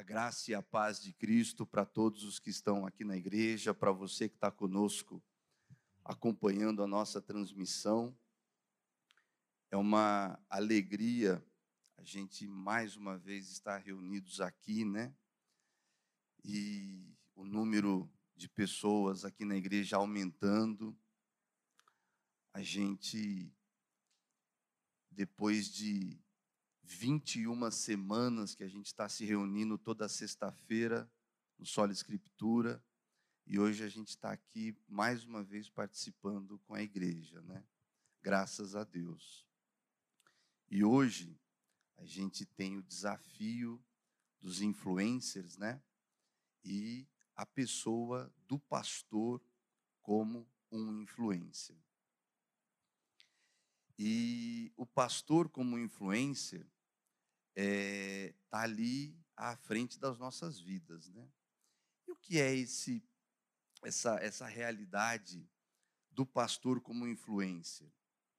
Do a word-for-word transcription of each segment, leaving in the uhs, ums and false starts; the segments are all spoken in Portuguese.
graça e a paz de Cristo para todos os que estão aqui na igreja, para você que está conosco acompanhando a nossa transmissão. É uma alegria a gente mais uma vez estar reunidos aqui, né? E o número de pessoas aqui na igreja aumentando. A gente, depois de vinte e uma semanas que a gente está se reunindo toda sexta-feira no Sola Escritura, e hoje a gente está aqui mais uma vez participando com a igreja, né? Graças a Deus. E hoje a gente tem o desafio dos influencers, né? E a pessoa do pastor como um influencer. E o pastor como influencer está é, ali à frente das nossas vidas, né? E o que é esse, essa, essa realidade do pastor como influencer?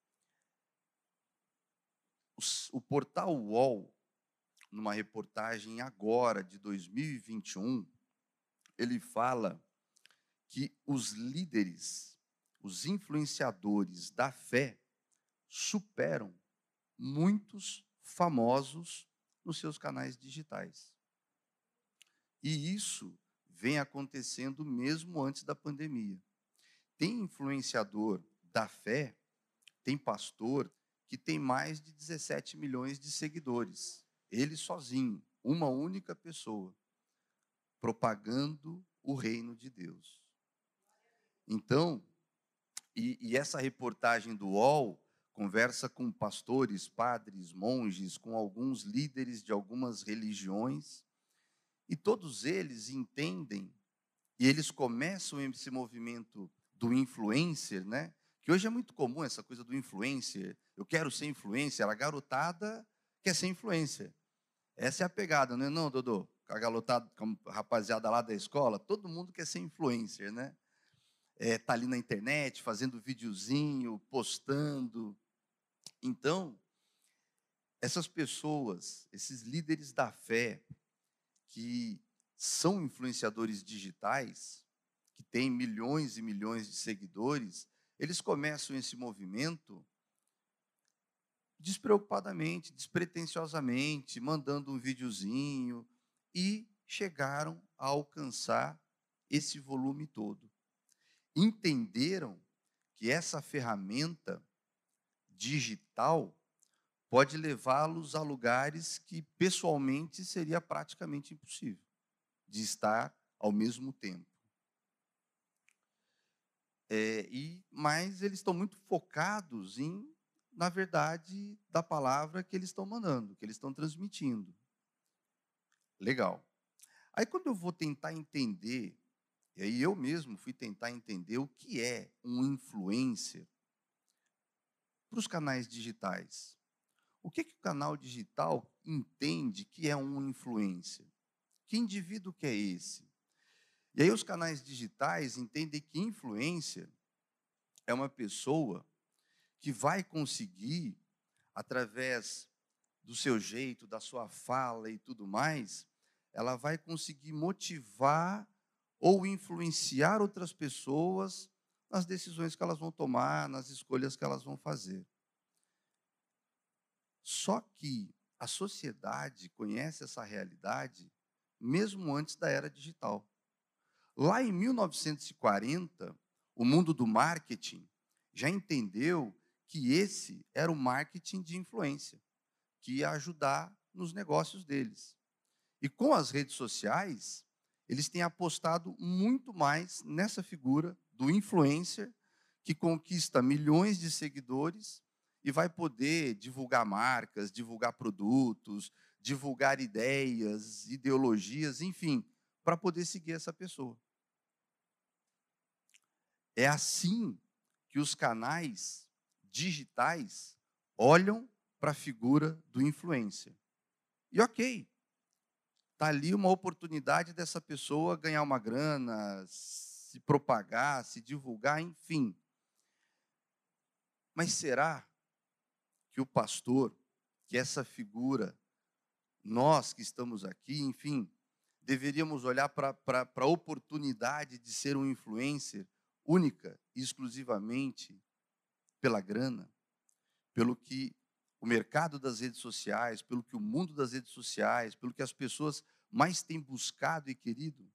O, o portal U O L, numa reportagem agora de dois mil e vinte e um, ele fala que os líderes, os influenciadores da fé, superam muitos famosos nos seus canais digitais. E isso vem acontecendo mesmo antes da pandemia. Tem influenciador da fé, tem pastor que tem mais de dezessete milhões de seguidores. Ele sozinho, uma única pessoa, propagando o reino de Deus. Então, e, e essa reportagem do U O L conversa com pastores, padres, monges, com alguns líderes de algumas religiões, e todos eles entendem, e eles começam esse movimento do influencer, né? Que hoje é muito comum essa coisa do influencer. Eu quero ser influencer, a garotada quer ser influencer. Essa é a pegada, não é não, Dodô? A garotada, a rapaziada lá da escola, todo mundo quer ser influencer, né? É, tá ali na internet, fazendo videozinho, postando. Então, essas pessoas, esses líderes da fé, que são influenciadores digitais, que têm milhões e milhões de seguidores, eles começam esse movimento despreocupadamente, despretensiosamente, mandando um videozinho, e chegaram a alcançar esse volume todo. Entenderam que essa ferramenta digital pode levá-los a lugares que pessoalmente seria praticamente impossível de estar ao mesmo tempo. É, e, mas eles estão muito focados em, na verdade, da palavra que eles estão mandando, que eles estão transmitindo. Legal. Aí quando eu vou tentar entender, e aí eu mesmo fui tentar entender o que é um influencer para os canais digitais. O que, que o canal digital entende que é um influencer? Que indivíduo que é esse? E aí os canais digitais entendem que influencer é uma pessoa que vai conseguir, através do seu jeito, da sua fala e tudo mais, ela vai conseguir motivar ou influenciar outras pessoas nas decisões que elas vão tomar, nas escolhas que elas vão fazer. Só que a sociedade conhece essa realidade mesmo antes da era digital. Lá em mil novecentos e quarenta, o mundo do marketing já entendeu que esse era o marketing de influência, que ia ajudar nos negócios deles. E com as redes sociais, eles têm apostado muito mais nessa figura do influencer, que conquista milhões de seguidores e vai poder divulgar marcas, divulgar produtos, divulgar ideias, ideologias, enfim, para poder seguir essa pessoa. É assim que os canais digitais olham para a figura do influencer. E ok, está ali uma oportunidade dessa pessoa ganhar uma grana, se propagar, se divulgar, enfim. Mas será que o pastor, que essa figura, nós que estamos aqui, enfim, deveríamos olhar para a oportunidade de ser um influencer única e exclusivamente pela grana, pelo que o mercado das redes sociais, pelo que o mundo das redes sociais, pelo que as pessoas mais têm buscado e querido.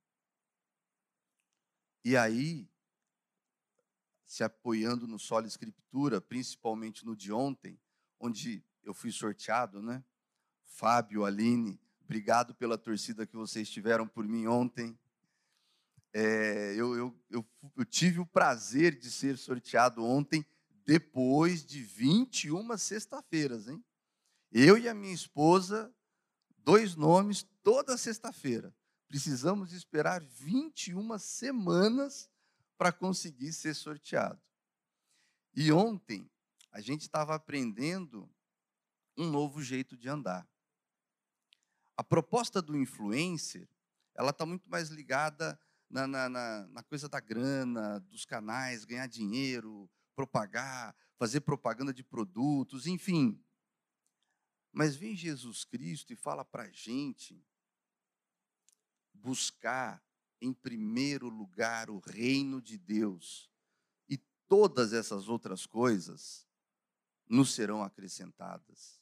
E aí, se apoiando no Sola Escritura, principalmente no de ontem, onde eu fui sorteado, né? Fábio, Aline, obrigado pela torcida que vocês tiveram por mim ontem. É, eu, eu, eu, eu tive o prazer de ser sorteado ontem, depois de vinte e uma sexta-feiras, hein? Eu e a minha esposa, dois nomes, toda sexta-feira. Precisamos esperar vinte e uma semanas para conseguir ser sorteado. E ontem, a gente estava aprendendo um novo jeito de andar. A proposta do influencer, ela está muito mais ligada na, na, na, na coisa da grana, dos canais, ganhar dinheiro, propagar, fazer propaganda de produtos, enfim. Mas vem Jesus Cristo e fala para a gente buscar, em primeiro lugar, o reino de Deus. E todas essas outras coisas nos serão acrescentadas.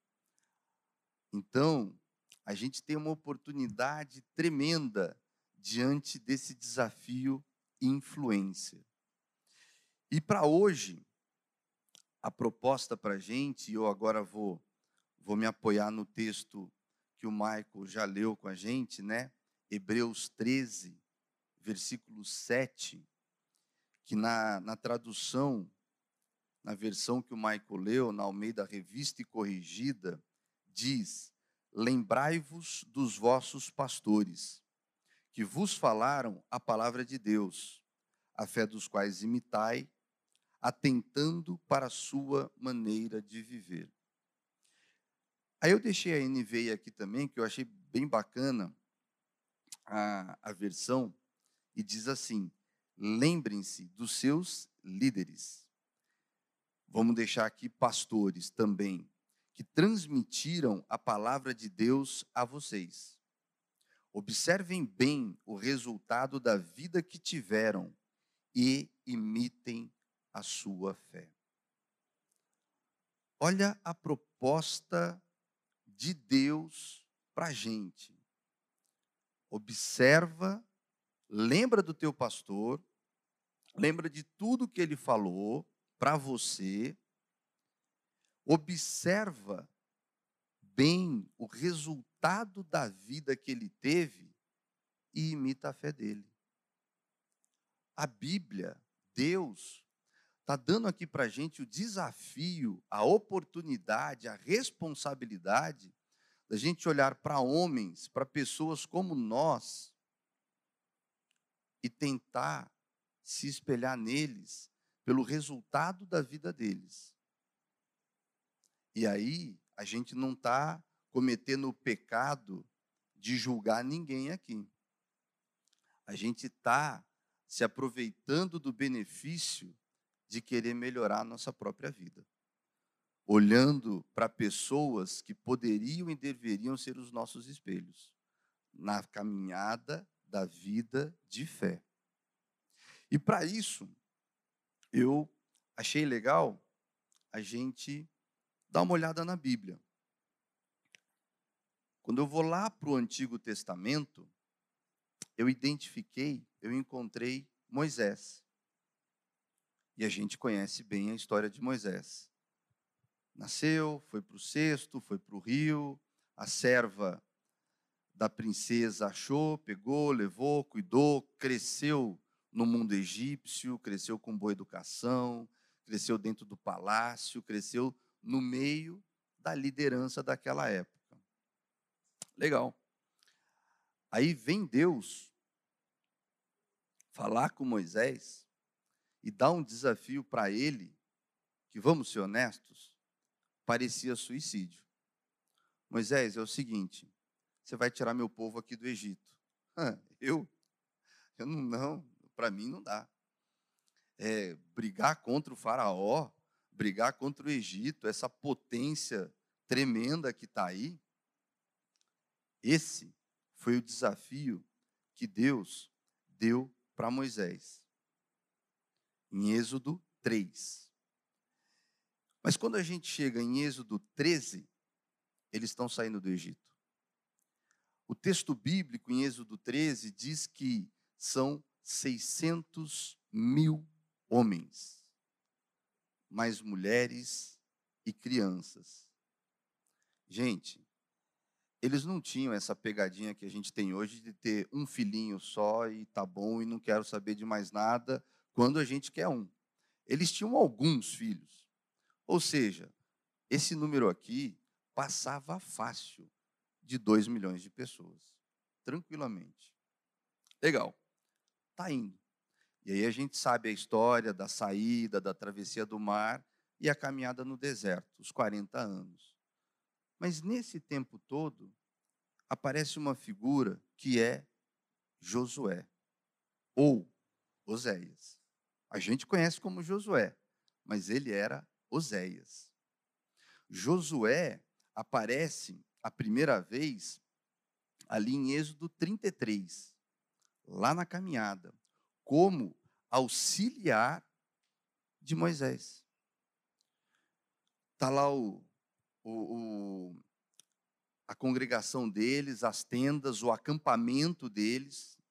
Então, a gente tem uma oportunidade tremenda diante desse desafio influencer. E para hoje, a proposta para a gente, e eu agora vou, vou me apoiar no texto que o Michael já leu com a gente, né? Hebreus treze, versículo sete, que na, na tradução, na versão que o Michael leu, na Almeida Revista e Corrigida, diz: lembrai-vos dos vossos pastores, que vos falaram a palavra de Deus, a fé dos quais imitai, atentando para a sua maneira de viver. Aí eu deixei a N V I aqui também, que eu achei bem bacana a, a versão, e diz assim: lembrem-se dos seus líderes. Vamos deixar aqui pastores também, que transmitiram a palavra de Deus a vocês. Observem bem o resultado da vida que tiveram e imitem a sua fé. Olha a proposta de Deus para a gente. Observa, lembra do teu pastor, lembra de tudo que ele falou para você, observa bem o resultado da vida que ele teve e imita a fé dele. A Bíblia, Deus, está dando aqui para a gente o desafio, a oportunidade, a responsabilidade da gente olhar para homens, para pessoas como nós e tentar se espelhar neles pelo resultado da vida deles. E aí, a gente não está cometendo o pecado de julgar ninguém aqui. A gente está se aproveitando do benefício de querer melhorar a nossa própria vida. Olhando para pessoas que poderiam e deveriam ser os nossos espelhos, na caminhada da vida de fé. E para isso, eu achei legal a gente dar uma olhada na Bíblia. Quando eu vou lá para o Antigo Testamento, eu identifiquei, eu encontrei Moisés. E a gente conhece bem a história de Moisés. Nasceu, foi para o cesto, foi para o rio, a serva da princesa achou, pegou, levou, cuidou, cresceu no mundo egípcio, cresceu com boa educação, cresceu dentro do palácio, cresceu no meio da liderança daquela época. Legal. Aí vem Deus falar com Moisés e dar um desafio para ele, que, vamos ser honestos, parecia suicídio. Moisés, é o seguinte, você vai tirar meu povo aqui do Egito. Eu? Eu não, não para mim não dá. É, brigar contra o faraó, brigar contra o Egito, essa potência tremenda que está aí, esse foi foi o desafio que Deus deu para Moisés, em Êxodo três. Mas quando a gente chega em Êxodo treze, eles estão saindo do Egito. O texto bíblico em Êxodo treze diz que são seiscentos mil homens, mais mulheres e crianças. Gente, eles não tinham essa pegadinha que a gente tem hoje de ter um filhinho só e tá bom e não quero saber de mais nada quando a gente quer um. Eles tinham alguns filhos. Ou seja, esse número aqui passava fácil de dois milhões de pessoas, tranquilamente. Legal, tá indo. E aí a gente sabe a história da saída, da travessia do mar e a caminhada no deserto, os quarenta anos. Mas nesse tempo todo, aparece uma figura que é Josué, ou Oséias. A gente conhece como Josué, mas ele era Oséias. Josué aparece a primeira vez ali em Êxodo trinta e três, lá na caminhada, como auxiliar de Moisés. Está lá o, o, o, a congregação deles, as tendas, o acampamento deles.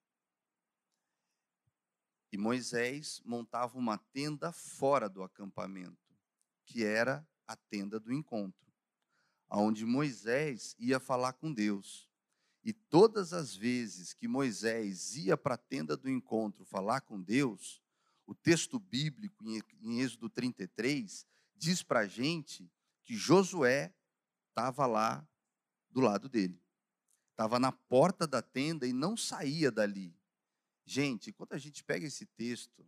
E Moisés montava uma tenda fora do acampamento, que era a tenda do encontro, onde Moisés ia falar com Deus. E todas as vezes que Moisés ia para a tenda do encontro falar com Deus, o texto bíblico, em Êxodo trinta e três, diz para a gente que Josué estava lá do lado dele. Estava na porta da tenda e não saía dali. Gente, quando a gente pega esse texto,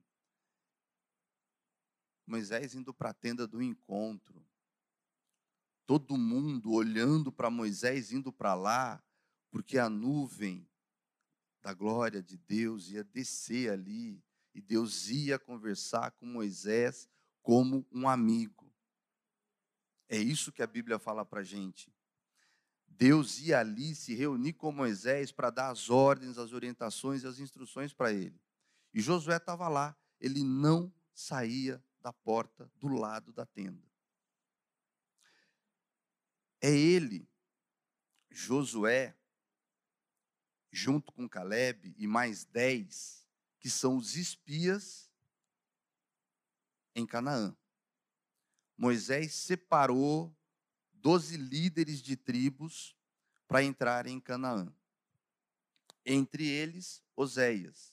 Moisés indo para a tenda do encontro, todo mundo olhando para Moisés indo para lá, porque a nuvem da glória de Deus ia descer ali, e Deus ia conversar com Moisés como um amigo. É isso que a Bíblia fala para a gente. Deus ia ali se reunir com Moisés para dar as ordens, as orientações e as instruções para ele. E Josué estava lá, ele não saía da porta do lado da tenda. É ele, Josué, junto com Calebe e mais dez, que são os espias em Canaã. Moisés separou doze líderes de tribos para entrarem em Canaã. Entre eles, Oséias.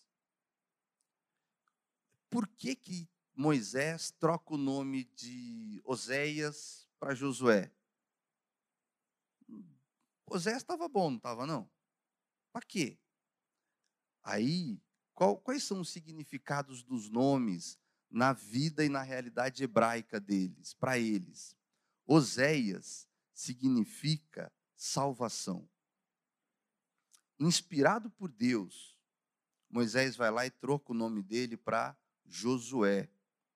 Por que que Moisés troca o nome de Oséias para Josué? Oséias estava bom, não estava não? Para quê? Aí, qual, quais são os significados dos nomes na vida e na realidade hebraica deles, para eles? Oséias significa salvação. Inspirado por Deus, Moisés vai lá e troca o nome dele para Josué.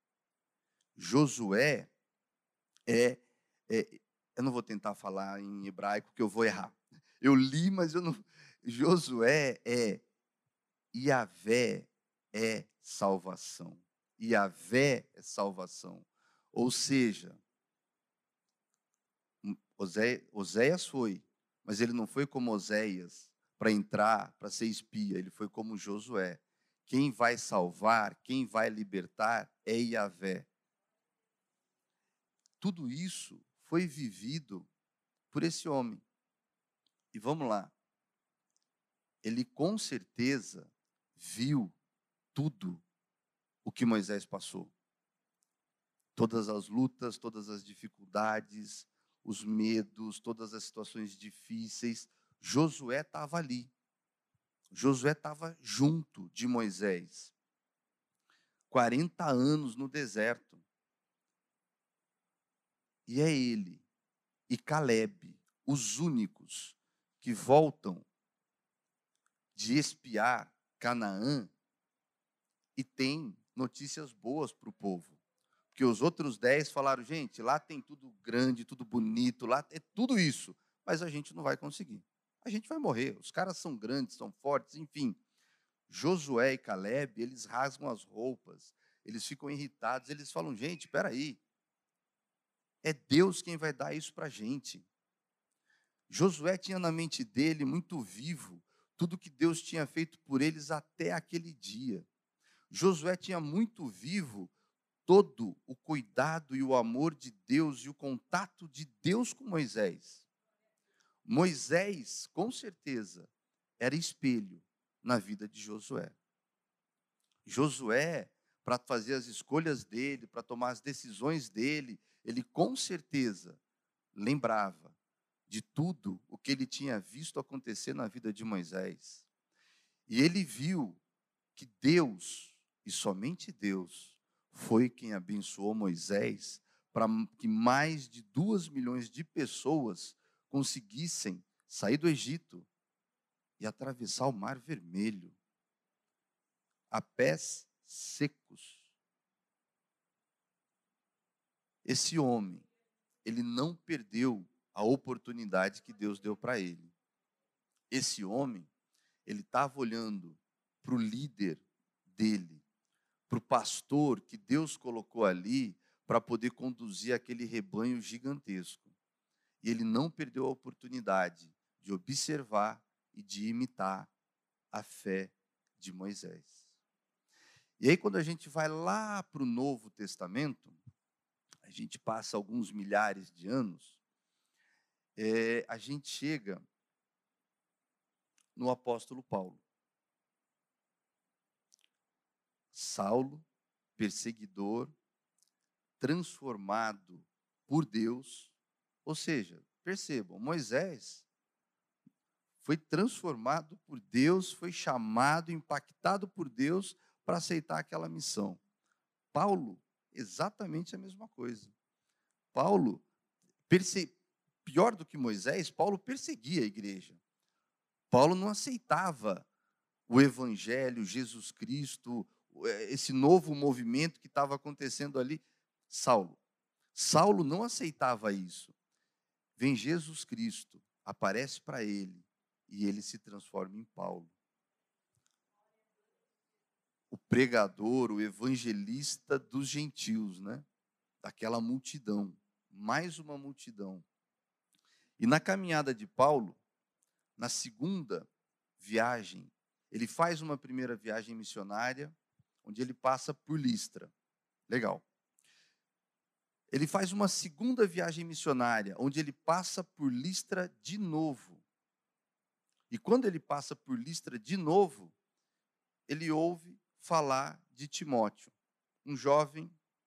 Josué é, é, eu não vou tentar falar em hebraico que eu vou errar. Eu li, mas eu não. Josué é Iavé é salvação. Iavé é salvação. Ou seja, Osé, Oséias foi, mas ele não foi como Oséias para entrar, para ser espia. Ele foi como Josué. Quem vai salvar, quem vai libertar é Iavé. Tudo isso foi vivido por esse homem. E vamos lá. Ele com certeza viu tudo o que Moisés passou. Todas as lutas, todas as dificuldades, os medos, todas as situações difíceis. Josué estava ali. Josué estava junto de Moisés. quarenta anos no deserto. E é ele e Calebe, os únicos que voltam de espiar Canaã e tem notícias boas para o povo. Porque os outros dez falaram, gente, lá tem tudo grande, tudo bonito, lá é tudo isso, mas a gente não vai conseguir. A gente vai morrer. Os caras são grandes, são fortes, enfim. Josué e Caleb, eles rasgam as roupas, eles ficam irritados, eles falam, gente, espera aí, é Deus quem vai dar isso para a gente. Josué tinha na mente dele, muito vivo, tudo que Deus tinha feito por eles até aquele dia. Josué tinha muito vivo todo o cuidado e o amor de Deus e o contato de Deus com Moisés. Moisés, com certeza, era espelho na vida de Josué. Josué, para fazer as escolhas dele, para tomar as decisões dele, ele com certeza lembrava de tudo o que ele tinha visto acontecer na vida de Moisés. E ele viu que Deus, e somente Deus, foi quem abençoou Moisés para que mais de duas milhões de pessoas conseguissem sair do Egito e atravessar o Mar Vermelho a pés secos. Esse homem, ele não perdeu a oportunidade que Deus deu para ele. Esse homem, ele estava olhando para o líder dele, para o pastor que Deus colocou ali para poder conduzir aquele rebanho gigantesco. E ele não perdeu a oportunidade de observar e de imitar a fé de Moisés. E aí, quando a gente vai lá para o Novo Testamento, a gente passa alguns milhares de anos, é, a gente chega no apóstolo Paulo. Saulo, perseguidor, transformado por Deus. Ou seja, percebam, Moisés foi transformado por Deus, foi chamado, impactado por Deus para aceitar aquela missão. Paulo, exatamente a mesma coisa. Paulo, perse... pior do que Moisés, Paulo perseguia a igreja. Paulo não aceitava o evangelho, Jesus Cristo, esse novo movimento que estava acontecendo ali. Saulo. Saulo não aceitava isso. Vem Jesus Cristo, aparece para ele, e ele se transforma em Paulo. O pregador, o evangelista dos gentios, né? Daquela multidão, mais uma multidão. E na caminhada de Paulo, na segunda viagem, ele faz uma primeira viagem missionária, onde ele passa por Listra. Legal. Ele faz uma segunda viagem missionária, onde ele passa por Listra de novo. E quando ele passa por Listra de novo, ele ouve falar de Timóteo, um jovem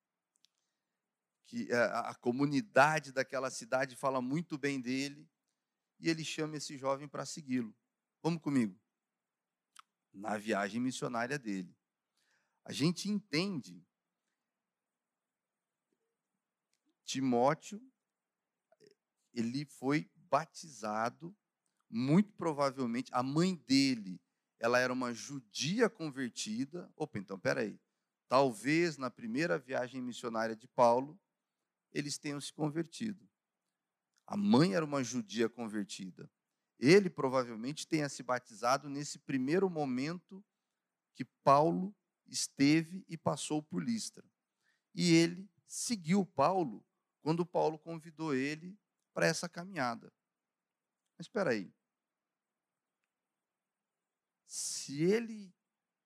que a, a comunidade daquela cidade fala muito bem dele, e ele chama esse jovem para segui-lo. Vamos comigo. Na viagem missionária dele. A gente entende Timóteo, ele foi batizado, muito provavelmente, a mãe dele, ela era uma judia convertida. Opa, então, peraí. Talvez na primeira viagem missionária de Paulo, eles tenham se convertido. A mãe era uma judia convertida. Ele provavelmente tenha se batizado nesse primeiro momento que Paulo esteve e passou por Listra. E ele seguiu Paulo quando Paulo convidou ele para essa caminhada. Mas espera aí. Se ele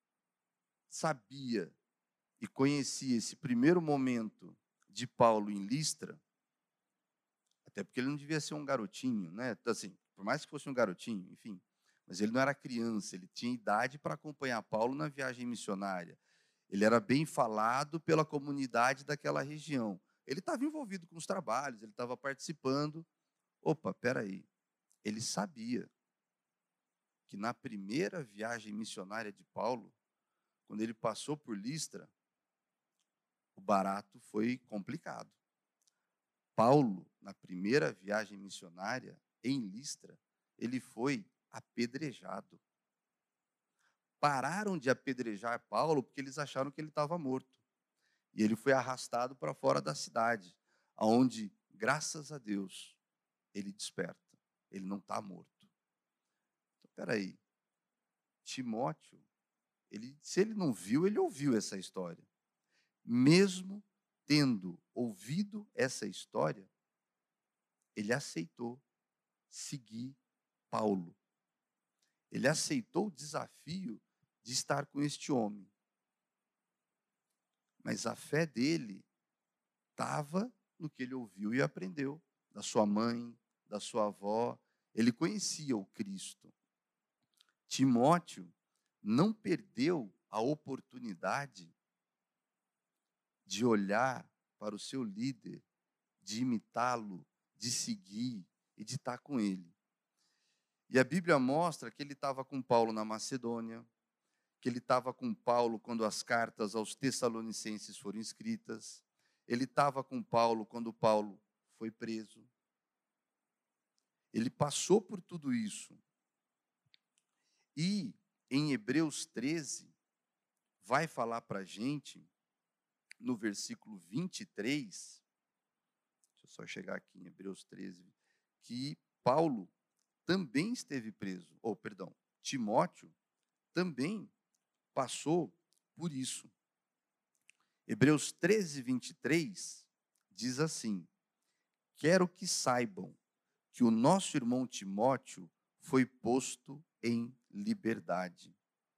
sabia e conhecia esse primeiro momento de Paulo em Listra, até porque ele não devia ser um garotinho, né? Assim, por mais que fosse um garotinho, enfim, mas ele não era criança, ele tinha idade para acompanhar Paulo na viagem missionária. Ele era bem falado pela comunidade daquela região. Ele estava envolvido com os trabalhos, ele estava participando. Opa, peraí. Ele sabia que na primeira viagem missionária de Paulo, quando ele passou por Listra, o barato foi complicado. Paulo, na primeira viagem missionária, em Listra, ele foi apedrejado. Pararam de apedrejar Paulo porque eles acharam que ele estava morto. E ele foi arrastado para fora da cidade, onde, graças a Deus, ele desperta. Ele não está morto. espera aí, Timóteo, ele, se ele não viu, ele ouviu essa história. Mesmo tendo ouvido essa história, ele aceitou seguir Paulo. Ele aceitou o desafio de estar com este homem. Mas a fé dele estava no que ele ouviu e aprendeu da sua mãe, da sua avó. Ele conhecia o Cristo. Timóteo não perdeu a oportunidade de olhar para o seu líder, de imitá-lo, de seguir e de estar com ele. E a Bíblia mostra que ele estava com Paulo na Macedônia, que ele estava com Paulo quando as cartas aos Tessalonicenses foram escritas, ele estava com Paulo quando Paulo foi preso. Ele passou por tudo isso. E em Hebreus treze, vai falar para a gente, no versículo vinte e três, deixa eu só chegar aqui em Hebreus treze, que Paulo também esteve preso, ou perdão, Timóteo também passou por isso. Hebreus treze, vinte e três diz assim: quero que saibam que o nosso irmão Timóteo foi posto em liberdade.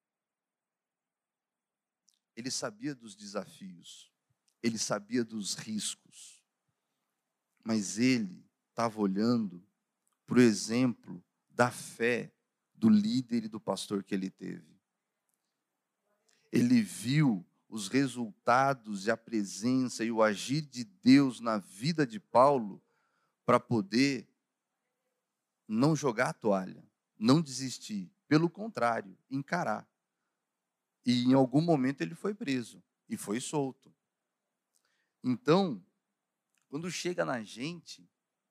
Ele sabia dos desafios, ele sabia dos riscos, mas ele estava olhando para o exemplo da fé do líder e do pastor que ele teve. Ele viu os resultados e a presença e o agir de Deus na vida de Paulo para poder não jogar a toalha, não desistir, pelo contrário, encarar. E em algum momento ele foi preso e foi solto. Então, quando chega na gente,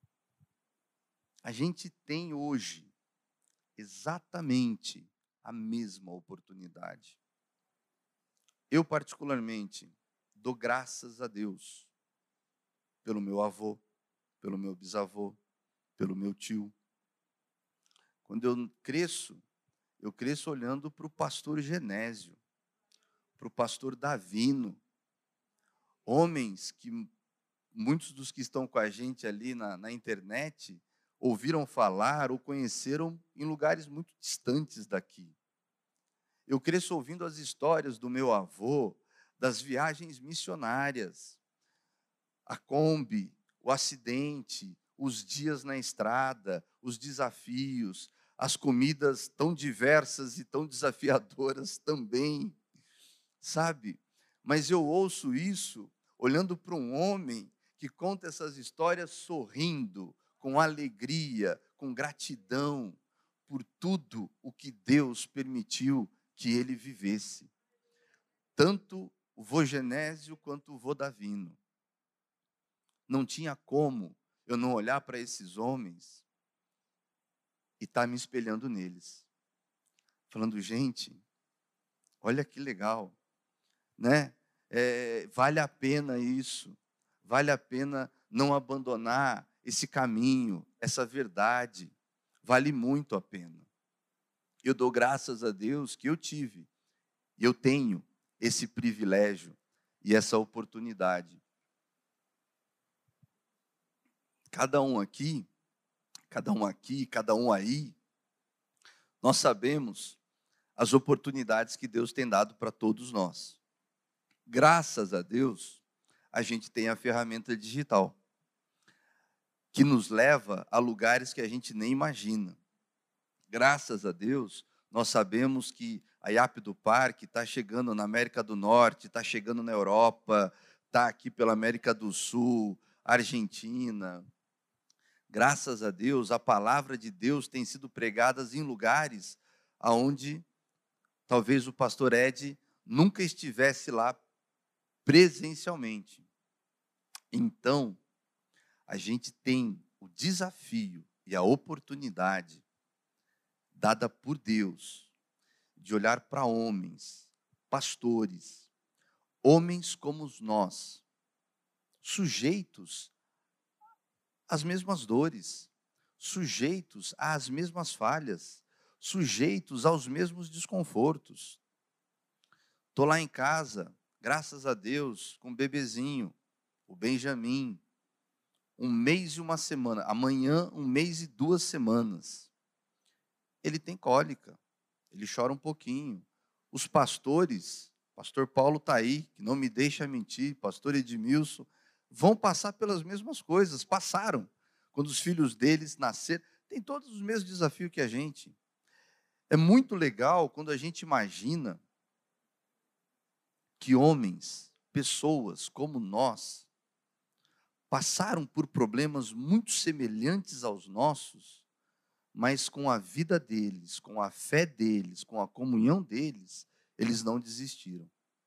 a gente tem hoje exatamente a mesma oportunidade. Eu, particularmente, dou graças a Deus pelo meu avô, pelo meu bisavô, pelo meu tio. Quando eu cresço, eu cresço olhando para o pastor Genésio, para o pastor Davino, homens que muitos dos que estão com a gente ali na, na internet ouviram falar ou conheceram em lugares muito distantes daqui. Eu cresço ouvindo as histórias do meu avô, das viagens missionárias, a Kombi, o acidente, os dias na estrada, os desafios, as comidas tão diversas e tão desafiadoras também, sabe? Mas eu ouço isso olhando para um homem que conta essas histórias sorrindo, com alegria, com gratidão por tudo o que Deus permitiu que ele vivesse. Tanto o vô Genésio quanto o vô Davino. Não tinha como eu não olhar para esses homens e estar me espelhando neles. Falando, gente, olha que legal, né? É, vale a pena isso. Vale a pena não abandonar esse caminho, essa verdade. Vale muito a pena. Eu dou graças a Deus que eu tive, e eu tenho esse privilégio e essa oportunidade. Cada um aqui, cada um aqui, cada um aí, nós sabemos as oportunidades que Deus tem dado para todos nós. Graças a Deus, a gente tem a ferramenta digital, que nos leva a lugares que a gente nem imagina. Graças a Deus, nós sabemos que a I A P do Parque está chegando na América do Norte, está chegando na Europa, está aqui pela América do Sul, Argentina. Graças a Deus, a palavra de Deus tem sido pregada em lugares onde talvez o pastor Ed nunca estivesse lá presencialmente. Então, a gente tem o desafio e a oportunidade dada por Deus de olhar para homens, pastores, homens como nós, sujeitos às mesmas dores, sujeitos às mesmas falhas, sujeitos aos mesmos desconfortos. Estou lá em casa, graças a Deus, com o bebezinho, o Benjamin, um mês e uma semana, amanhã um mês e duas semanas. Ele tem cólica, ele chora um pouquinho. Os pastores, pastor Paulo está aí, que não me deixa mentir, pastor Edmilson, vão passar pelas mesmas coisas, passaram. Quando os filhos deles nasceram, tem todos os mesmos desafios que a gente. É muito legal quando a gente imagina que homens, pessoas como nós, passaram por problemas muito semelhantes aos nossos, mas com a vida deles, com a fé deles, com a comunhão deles, eles não desistiram.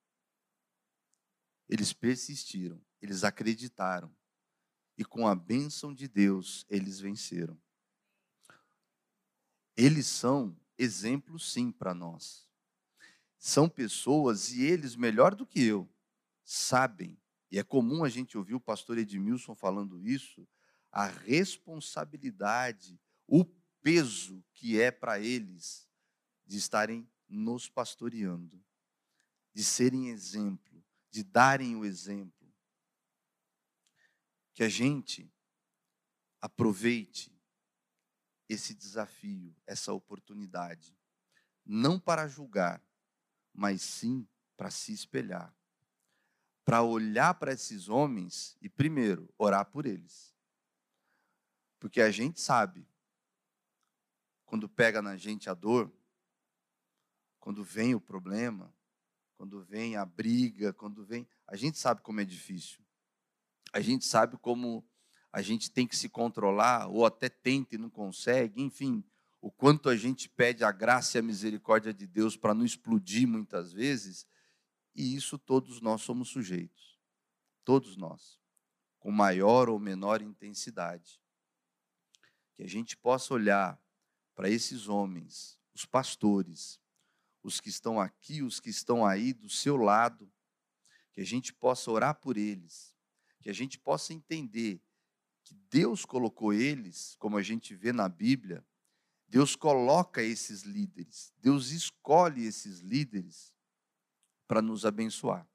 Eles persistiram, eles acreditaram. E com a bênção de Deus, eles venceram. Eles são exemplos, sim, para nós. São pessoas, e eles, melhor do que eu, sabem, e é comum a gente ouvir o pastor Edmilson falando isso, a responsabilidade, o peso que é para eles de estarem nos pastoreando, de serem exemplo, de darem o exemplo. Que a gente aproveite esse desafio, essa oportunidade, não para julgar, mas sim para se espelhar, para olhar para esses homens e, primeiro, orar por eles. Porque a gente sabe, quando pega na gente a dor, quando vem o problema, quando vem a briga, quando vem... A gente sabe como é difícil. A gente sabe como a gente tem que se controlar, ou até tenta e não consegue, enfim, o quanto a gente pede a graça e a misericórdia de Deus para não explodir muitas vezes, e isso todos nós somos sujeitos. Todos nós, com maior ou menor intensidade. Que a gente possa olhar para esses homens, os pastores, os que estão aqui, os que estão aí do seu lado, que a gente possa orar por eles, que a gente possa entender que Deus colocou eles, como a gente vê na Bíblia, Deus coloca esses líderes, Deus escolhe esses líderes para nos abençoar,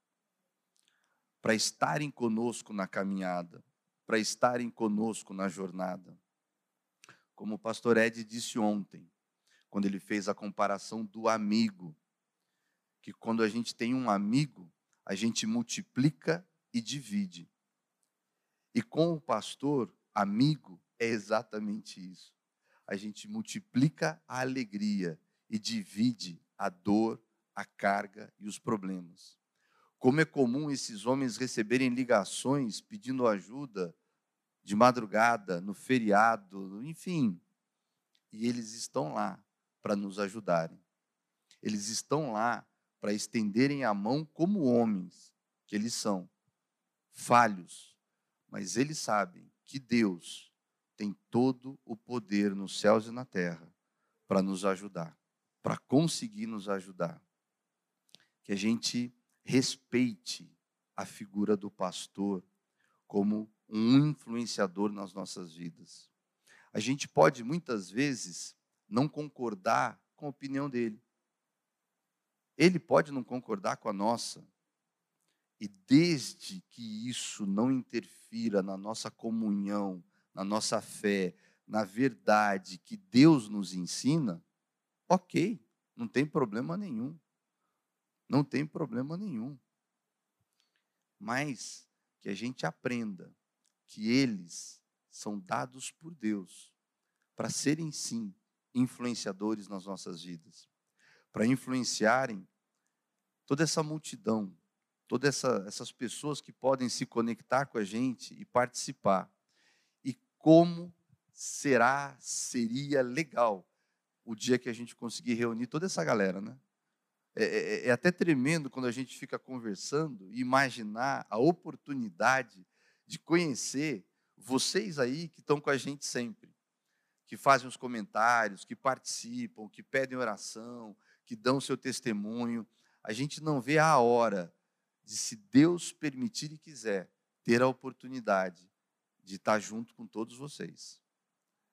para estarem conosco na caminhada, para estarem conosco na jornada. Como o pastor Ed disse ontem, quando ele fez a comparação do amigo, que quando a gente tem um amigo, a gente multiplica e divide. E com o pastor, amigo, é exatamente isso. A gente multiplica a alegria e divide a dor, a carga e os problemas. Como é comum esses homens receberem ligações pedindo ajuda de madrugada, no feriado, enfim. E eles estão lá para nos ajudarem. Eles estão lá para estenderem a mão como homens que eles são, falhos, mas eles sabem que Deus tem todo o poder nos céus e na terra para nos ajudar, para conseguir nos ajudar. Que a gente respeite a figura do pastor como um influenciador nas nossas vidas. A gente pode, muitas vezes, não concordar com a opinião dele. Ele pode não concordar com a nossa. E desde que isso não interfira na nossa comunhão, na nossa fé, na verdade que Deus nos ensina, ok, não tem problema nenhum. Não tem problema nenhum. Mas que a gente aprenda que eles são dados por Deus para serem, sim, influenciadores nas nossas vidas, para influenciarem toda essa multidão, todas essa, essas pessoas que podem se conectar com a gente e participar. E como será, seria legal o dia que a gente conseguir reunir toda essa galera, né? É, é, é até tremendo quando a gente fica conversando e imaginar a oportunidade de conhecer vocês aí que estão com a gente sempre, que fazem os comentários, que participam, que pedem oração, que dão seu testemunho. A gente não vê a hora de, se Deus permitir e quiser, ter a oportunidade de estar junto com todos vocês.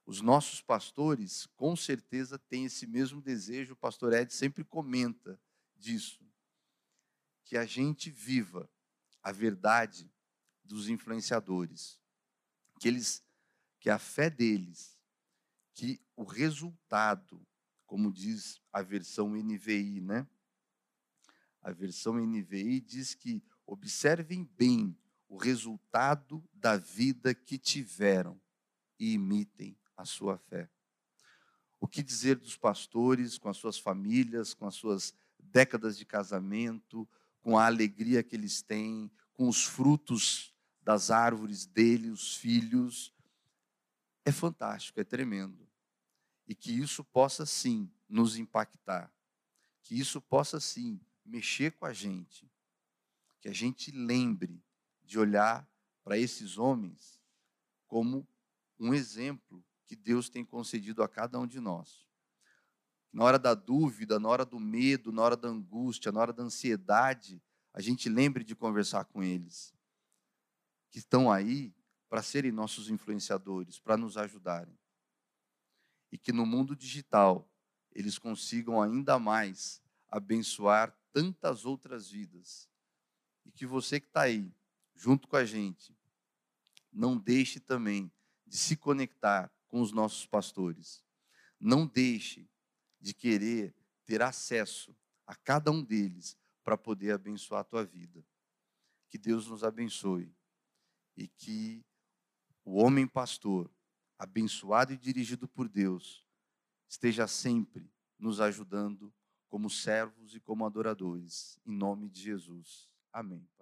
Os nossos pastores, com certeza, têm esse mesmo desejo. O pastor Ed sempre comenta disso. Que a gente viva a verdade dos influenciadores. Que eles, que a fé deles, que o resultado, como diz a versão N V I, né? A versão N V I diz que observem bem o resultado da vida que tiveram e imitem a sua fé. O que dizer dos pastores com as suas famílias, com as suas décadas de casamento, com a alegria que eles têm, com os frutos das árvores dele, os filhos? É fantástico, é tremendo. E que isso possa sim nos impactar. Que isso possa sim mexer com a gente. Que a gente lembre de olhar para esses homens como um exemplo que Deus tem concedido a cada um de nós. Na hora da dúvida, na hora do medo, na hora da angústia, na hora da ansiedade, a gente lembre de conversar com eles, que estão aí para serem nossos influenciadores, para nos ajudarem. E que no mundo digital eles consigam ainda mais abençoar tantas outras vidas. E que você que está aí, junto com a gente, não deixe também de se conectar com os nossos pastores. Não deixe de querer ter acesso a cada um deles para poder abençoar a tua vida. Que Deus nos abençoe e que o homem pastor, abençoado e dirigido por Deus, esteja sempre nos ajudando como servos e como adoradores. Em nome de Jesus. Amém.